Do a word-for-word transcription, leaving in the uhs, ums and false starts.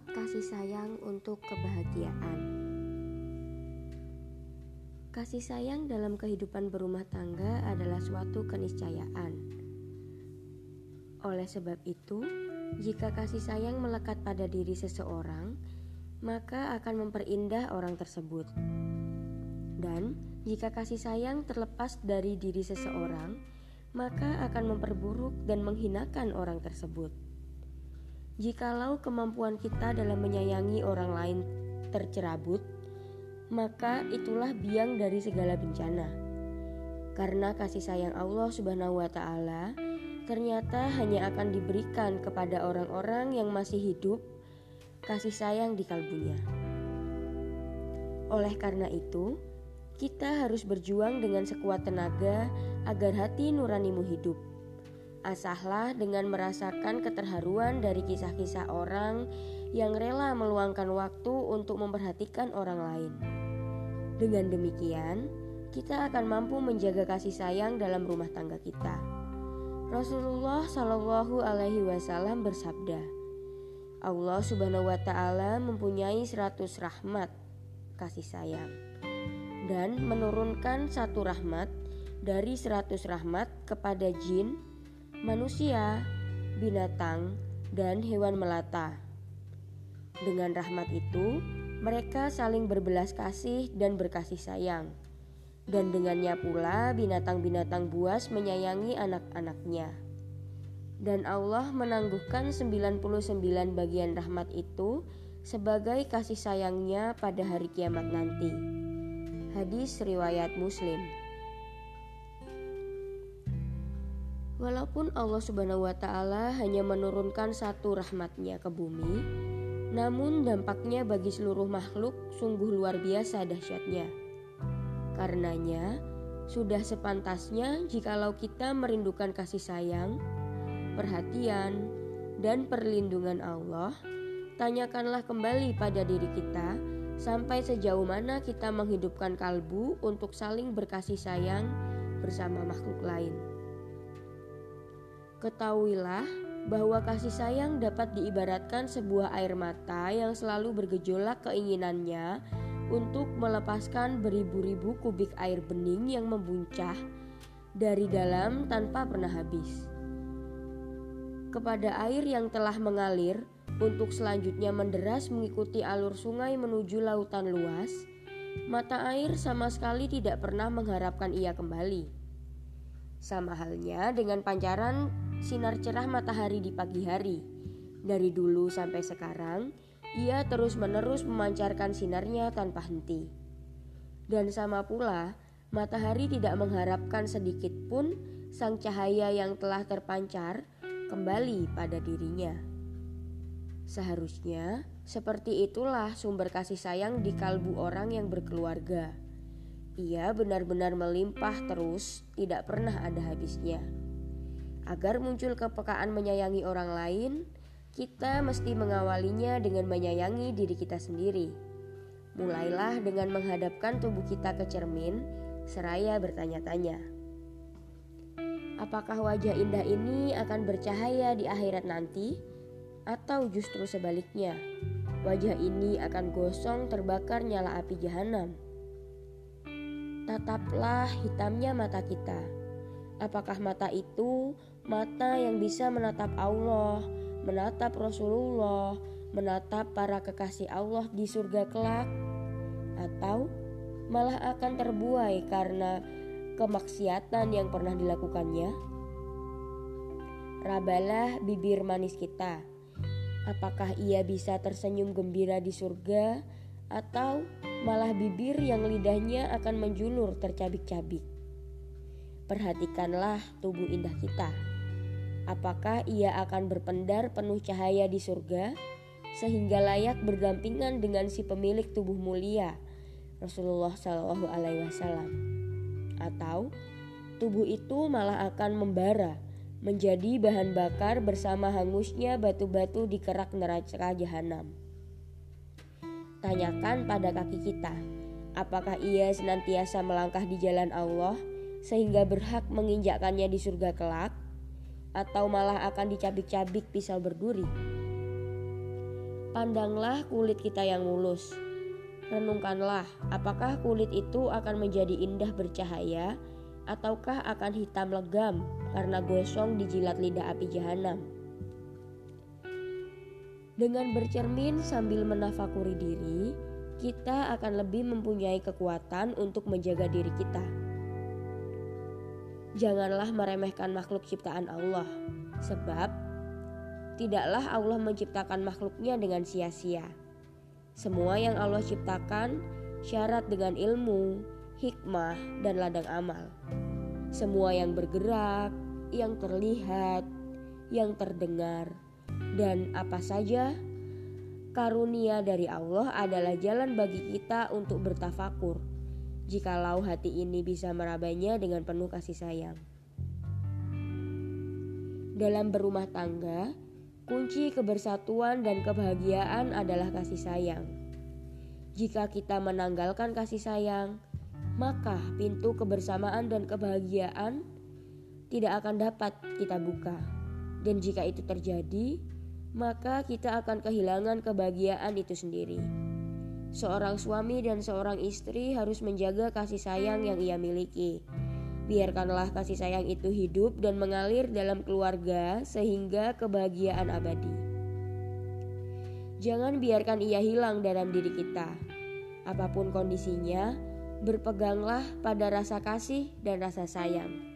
Kasih sayang untuk kebahagiaan. Kasih sayang dalam kehidupan berumah tangga adalah suatu keniscayaan. Oleh sebab itu, jika kasih sayang melekat pada diri seseorang, maka akan memperindah orang tersebut. Dan jika kasih sayang terlepas dari diri seseorang, maka akan memperburuk dan menghinakan orang tersebut. Jikalau kemampuan kita dalam menyayangi orang lain tercerabut, maka itulah biang dari segala bencana. Karena kasih sayang Allah Subhanahu wa Ta'ala ternyata hanya akan diberikan kepada orang-orang yang masih hidup kasih sayang di kalbunya. Oleh karena itu, kita harus berjuang dengan sekuat tenaga agar hati nuranimu hidup. Asahlah dengan merasakan keterharuan dari kisah-kisah orang yang rela meluangkan waktu untuk memperhatikan orang lain. Dengan demikian, kita akan mampu menjaga kasih sayang dalam rumah tangga kita. Rasulullah Shallallahu Alaihi Wasallam bersabda, Allah Subhanahu Wa Taala mempunyai seratus rahmat kasih sayang dan menurunkan satu rahmat dari seratus rahmat kepada jin, manusia, binatang, dan hewan melata. Dengan rahmat itu, mereka saling berbelas kasih dan berkasih sayang. Dan dengannya pula binatang-binatang buas menyayangi anak-anaknya. Dan Allah menangguhkan sembilan puluh sembilan bagian rahmat itu sebagai kasih sayangnya pada hari kiamat nanti. Hadis riwayat Muslim. Walaupun Allah Subhanahu wa Ta'ala hanya menurunkan satu rahmatnya ke bumi, namun dampaknya bagi seluruh makhluk sungguh luar biasa dahsyatnya. Karenanya, sudah sepantasnya jikalau kita merindukan kasih sayang, perhatian, dan perlindungan Allah, tanyakanlah kembali pada diri kita sampai sejauh mana kita menghidupkan kalbu untuk saling berkasih sayang bersama makhluk lain. Ketahuilah bahwa kasih sayang dapat diibaratkan sebuah air mata yang selalu bergejolak keinginannya untuk melepaskan beribu-ribu kubik air bening yang membuncah dari dalam tanpa pernah habis. Kepada air yang telah mengalir untuk selanjutnya menderas mengikuti alur sungai menuju lautan luas, mata air sama sekali tidak pernah mengharapkan ia kembali. Sama halnya dengan pancaran sinar cerah matahari di pagi hari. Dari dulu sampai sekarang, ia terus-menerus memancarkan sinarnya tanpa henti. Dan sama pula, matahari tidak mengharapkan sedikit pun sang cahaya yang telah terpancar kembali pada dirinya. Seharusnya, seperti itulah sumber kasih sayang di kalbu orang yang berkeluarga. Ia benar-benar melimpah terus, tidak pernah ada habisnya. Agar muncul kepekaan menyayangi orang lain, kita mesti mengawalinya dengan menyayangi diri kita sendiri. Mulailah dengan menghadapkan tubuh kita ke cermin, seraya bertanya-tanya, apakah wajah indah ini akan bercahaya di akhirat nanti? Atau justru sebaliknya, wajah ini akan gosong terbakar nyala api jahanam? Tataplah hitamnya mata kita. Apakah mata itu mata yang bisa menatap Allah, menatap Rasulullah, menatap para kekasih Allah di surga kelak? Atau malah akan terbuai karena kemaksiatan yang pernah dilakukannya? Rabalah bibir manis kita. Apakah ia bisa tersenyum gembira di surga, atau malah bibir yang lidahnya akan menjulur tercabik-cabik? Perhatikanlah tubuh indah kita. Apakah ia akan berpendar penuh cahaya di surga, sehingga layak berdampingan dengan si pemilik tubuh mulia, Rasulullah Shallallahu Alaihi Wasallam? Atau tubuh itu malah akan membara, menjadi bahan bakar bersama hangusnya batu-batu di kerak neraka jahanam? Tanyakan pada kaki kita, apakah ia senantiasa melangkah di jalan Allah sehingga berhak menginjakkannya di surga kelak, atau malah akan dicabik-cabik pisau berduri? Pandanglah kulit kita yang mulus. Renungkanlah, apakah kulit itu akan menjadi indah bercahaya, ataukah akan hitam legam karena gosong dijilat lidah api jahanam. Dengan bercermin sambil menafakuri diri, kita akan lebih mempunyai kekuatan untuk menjaga diri kita. Janganlah meremehkan makhluk ciptaan Allah, sebab tidaklah Allah menciptakan makhluknya dengan sia-sia. Semua yang Allah ciptakan syarat dengan ilmu, hikmah, dan ladang amal. Semua yang bergerak, yang terlihat, yang terdengar, dan apa saja karunia dari Allah adalah jalan bagi kita untuk bertafakur, jikalau hati ini bisa merabainya dengan penuh kasih sayang. Dalam berumah tangga, kunci kebersatuan dan kebahagiaan adalah kasih sayang. Jika kita menanggalkan kasih sayang, maka pintu kebersamaan dan kebahagiaan tidak akan dapat kita buka. Dan jika itu terjadi, maka kita akan kehilangan kebahagiaan itu sendiri. Seorang suami dan seorang istri harus menjaga kasih sayang yang ia miliki. Biarkanlah kasih sayang itu hidup dan mengalir dalam keluarga sehingga kebahagiaan abadi. Jangan biarkan ia hilang dalam diri kita. Apapun kondisinya, berpeganglah pada rasa kasih dan rasa sayang.